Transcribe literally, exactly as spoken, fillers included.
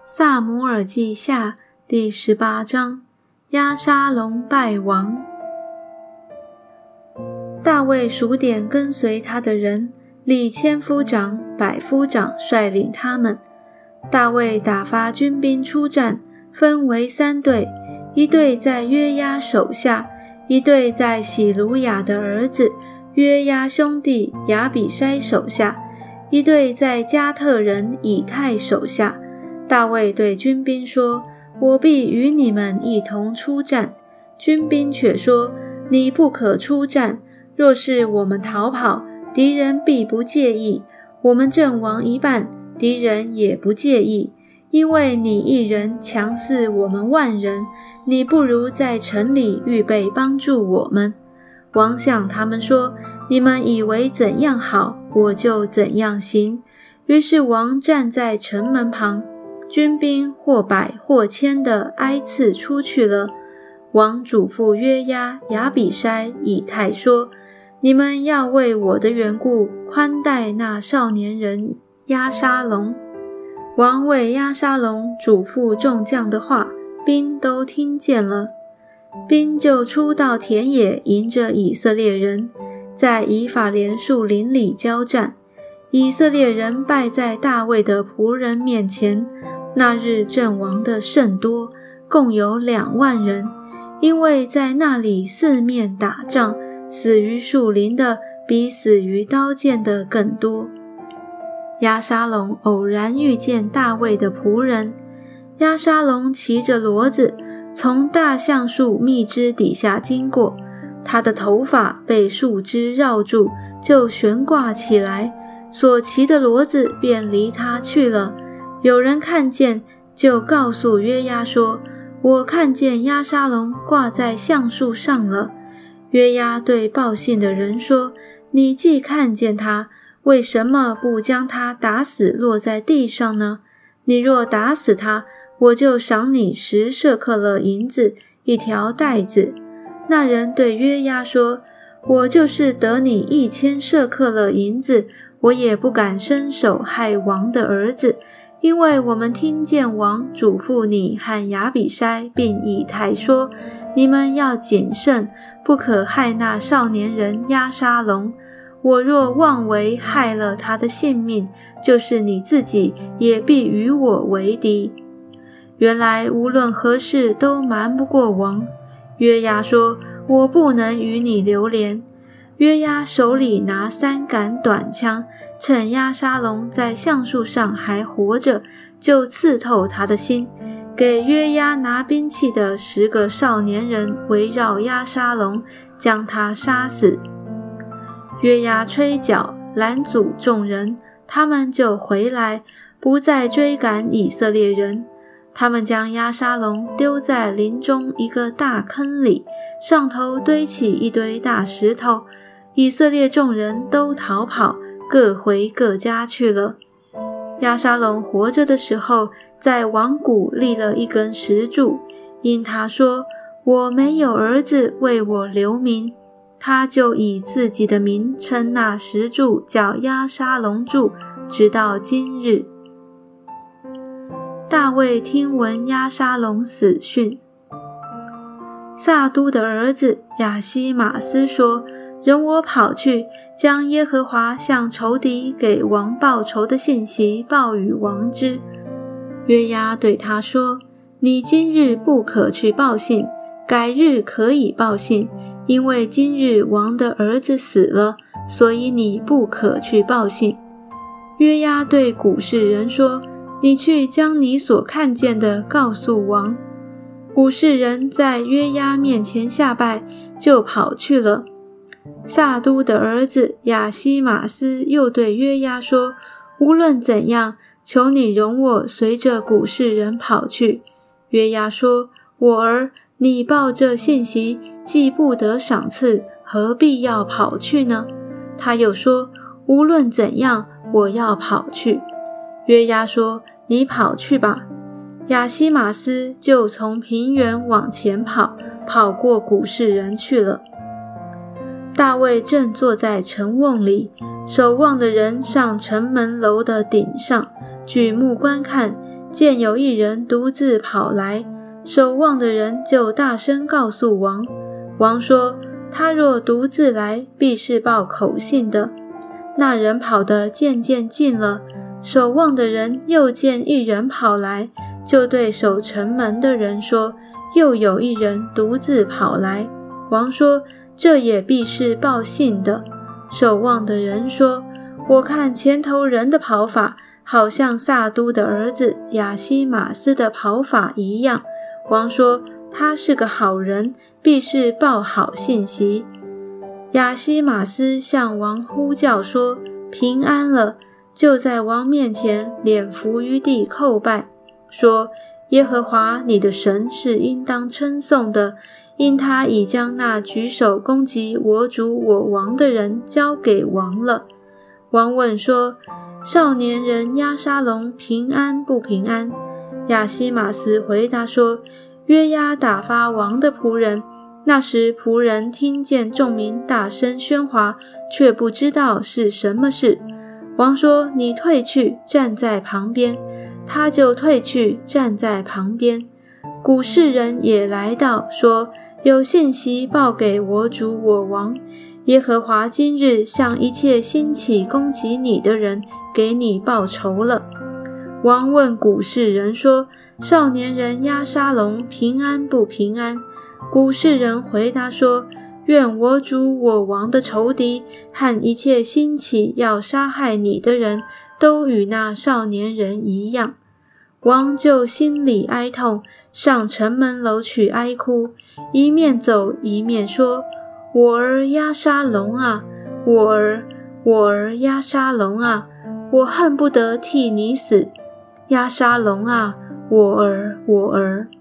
撒母耳记下第十八章，押沙龙败亡。大卫数点跟随他的人，立千夫长、百夫长率领他们。大卫打发军兵出战，分为三队，一队在约押手下，一队在洗鲁雅的儿子约押兄弟亚比筛手下，一队在加特人以太手下。大卫对军兵说：我必与你们一同出战。军兵却说：你不可出战，若是我们逃跑，敌人必不介意，我们阵亡一半，敌人也不介意，因为你一人强似我们万人，你不如在城里预备帮助我们。王向他们说：你们以为怎样好，我就怎样行。于是王站在城门旁，军兵或百或千的挨次出去了。王嘱咐约押、亚比筛、以太说：你们要为我的缘故宽待那少年人押沙龙。王为押沙龙嘱咐众将的话，兵都听见了。兵就出到田野，迎着以色列人，在以法莲树林里交战。以色列人败在大卫的仆人面前，那日阵亡的甚多，共有两万人，因为在那里四面打仗，死于树林的比死于刀剑的更多。押沙龙偶然遇见大卫的仆人，押沙龙骑着骡子从大橡树密枝底下经过，他的头发被树枝绕住，就悬挂起来，所骑的骡子便离他去了。有人看见，就告诉约押说：我看见押沙龙挂在橡树上了。约押对报信的人说：你既看见他，为什么不将他打死落在地上呢？你若打死他，我就赏你十舍客勒银子，一条带子。那人对约押说：我就是得你一千舍客勒银子，我也不敢伸手害王的儿子，因为我们听见王嘱咐你和亚比筛并以太说：你们要谨慎，不可害那少年人押沙龙。我若妄为害了他的性命，就是你自己也必与我为敌。原来无论何事都瞒不过王。约押说：我不能与你留连。约押手里拿三杆短枪，趁押沙龙在橡树上还活着，就刺透他的心。给约押拿兵器的十个少年人围绕押沙龙，将他杀死。约押吹角拦阻众人，他们就回来，不再追赶以色列人。他们将押沙龙丢在林中一个大坑里，上头堆起一堆大石头。以色列众人都逃跑，各回各家去了。押沙龙活着的时候，在王谷立了一根石柱，因他说：我没有儿子为我留名，他就以自己的名称那石柱叫押沙龙柱，直到今日。大卫听闻押沙龙死讯，撒都的儿子亚西玛斯说：容我跑去，将耶和华向仇敌给王报仇的信息报与王知。约押对他说：你今日不可去报信，改日可以报信，因为今日王的儿子死了，所以你不可去报信。约押对古示人说：你去将你所看见的告诉王。古示人在约押面前下拜，就跑去了。撒都的儿子亚西玛斯又对约押说：无论怎样，求你容我随着古示人跑去。约押说：我儿，你报这信息，既不得赏赐，何必要跑去呢？他又说：无论怎样，我要跑去。约押说：你跑去吧。亚西玛斯就从平原往前跑，跑过古示人去了。大卫正坐在城瓮里，守望的人上城门楼的顶上，举目观看， 见有一人独自跑来，守望的人就大声告诉王。王说，他若独自来，必是报口信的。那人跑得渐渐近了，守望的人又见一人跑来，就对守城门的人说，又有一人独自跑来。王说，这也必是报信的。守望的人说，我看前头人的跑法，好像撒都的儿子亚西马斯的跑法一样。王说，他是个好人，必是报好信息。亚西马斯向王呼叫说，平安了，就在王面前脸伏于地叩拜，说，耶和华你的神是应当称颂的，因他已将那举手攻击我主我王的人交给王了。王问说，少年人押沙龙平安不平安？亚西马斯回答说，约押打发王的仆人，那时仆人听见众民大声喧哗，却不知道是什么事。王说，你退去，站在旁边。他就退去，站在旁边。古示人也来到，说，有信息报给我主我王，耶和华今日向一切兴起攻击你的人给你报仇了。王问古示人说，少年人押沙龙平安不平安？古示人回答说，愿我主我王的仇敌和一切兴起要杀害你的人都与那少年人一样。王就心里哀痛，上城门楼去哀哭，一面走一面说，我儿押沙龙啊，我儿，我儿押沙龙啊，我恨不得替你死。押沙龙啊，我儿，我儿。